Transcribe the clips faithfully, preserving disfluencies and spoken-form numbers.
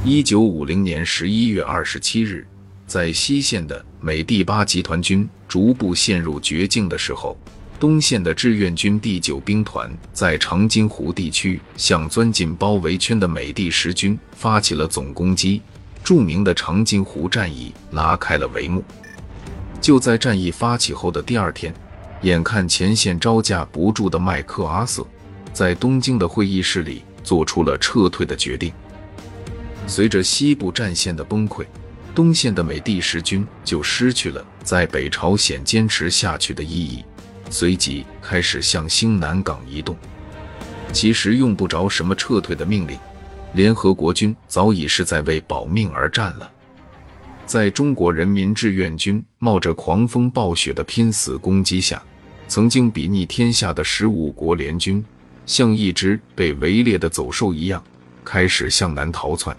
一九五零年十一月二十七日，在西线的美第八集团军逐步陷入绝境的时候，东线的志愿军第九兵团在长津湖地区向钻进包围圈的美第十军发起了总攻击，著名的长津湖战役拉开了帷幕。就在战役发起后的第二天，眼看前线招架不住的麦克阿瑟在东京的会议室里做出了撤退的决定。随着西部战线的崩溃，东线的美第十军就失去了在北朝鲜坚持下去的意义，随即开始向兴南港移动。其实用不着什么撤退的命令，联合国军早已是在为保命而战了。在中国人民志愿军冒着狂风暴雪的拼死攻击下，曾经睥睨天下的十五国联军像一只被围猎的走兽一样，开始向南逃窜。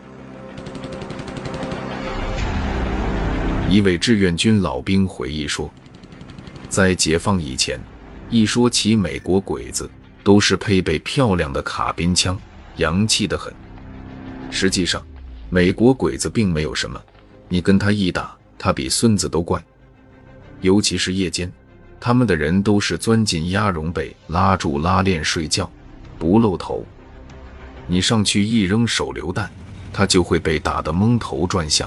一位志愿军老兵回忆说，在解放以前，一说起美国鬼子，都是配备漂亮的卡宾枪，洋气得很。实际上，美国鬼子并没有什么，你跟他一打，他比孙子都乖。尤其是夜间，他们的人都是钻进鸭绒被，拉住拉链睡觉，不露头。你上去一扔手榴弹，他就会被打得蒙头转向。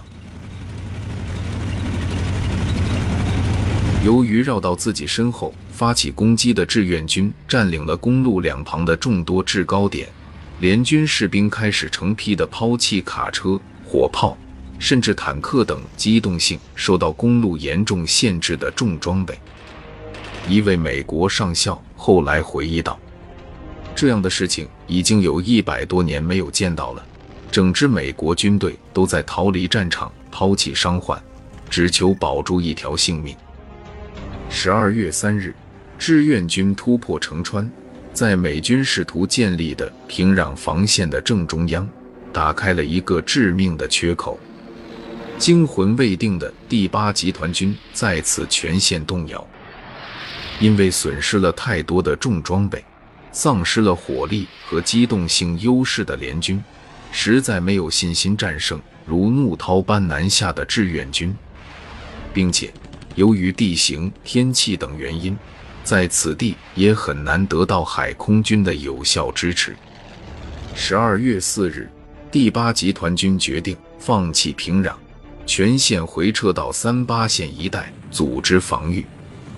由于绕到自己身后发起攻击的志愿军占领了公路两旁的众多制高点，联军士兵开始成批的抛弃卡车、火炮，甚至坦克等机动性受到公路严重限制的重装备。一位美国上校后来回忆道，这样的事情已经有一百多年没有见到了，整支美国军队都在逃离战场，抛弃伤患，只求保住一条性命。十二月三日，志愿军突破城川，在美军试图建立的平壤防线的正中央，打开了一个致命的缺口。惊魂未定的第八集团军在此全线动摇，因为损失了太多的重装备，丧失了火力和机动性优势的联军，实在没有信心战胜如怒涛般南下的志愿军，并且由于地形、天气等原因，在此地也很难得到海空军的有效支持。十二月四日，第八集团军决定放弃平壤，全线回撤到三八线一带组织防御。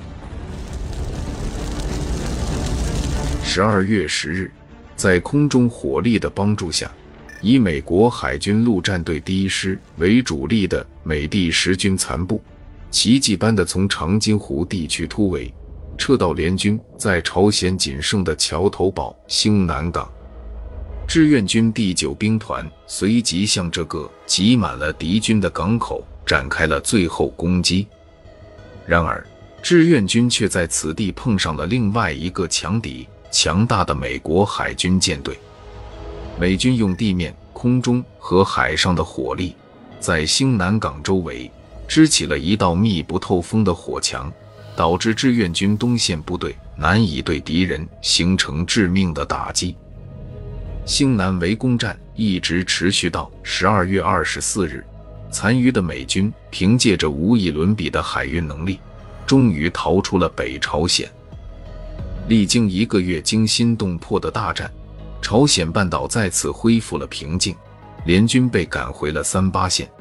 十二月十日，在空中火力的帮助下，以美国海军陆战队第一师为主力的美第十军残部奇迹般地从长津湖地区突围，撤到联军在朝鲜仅剩的桥头堡兴南港。志愿军第九兵团随即向这个挤满了敌军的港口展开了最后攻击。然而，志愿军却在此地碰上了另外一个强敌，强大的美国海军舰队。美军用地面、空中和海上的火力，在兴南港周围支起了一道密不透风的火墙，导致志愿军东线部队难以对敌人形成致命的打击。兴南围攻战一直持续到十二月二十四日，残余的美军凭借着无以伦比的海运能力，终于逃出了北朝鲜。历经一个月惊心动魄的大战，朝鲜半岛再次恢复了平静，联军被赶回了三八线。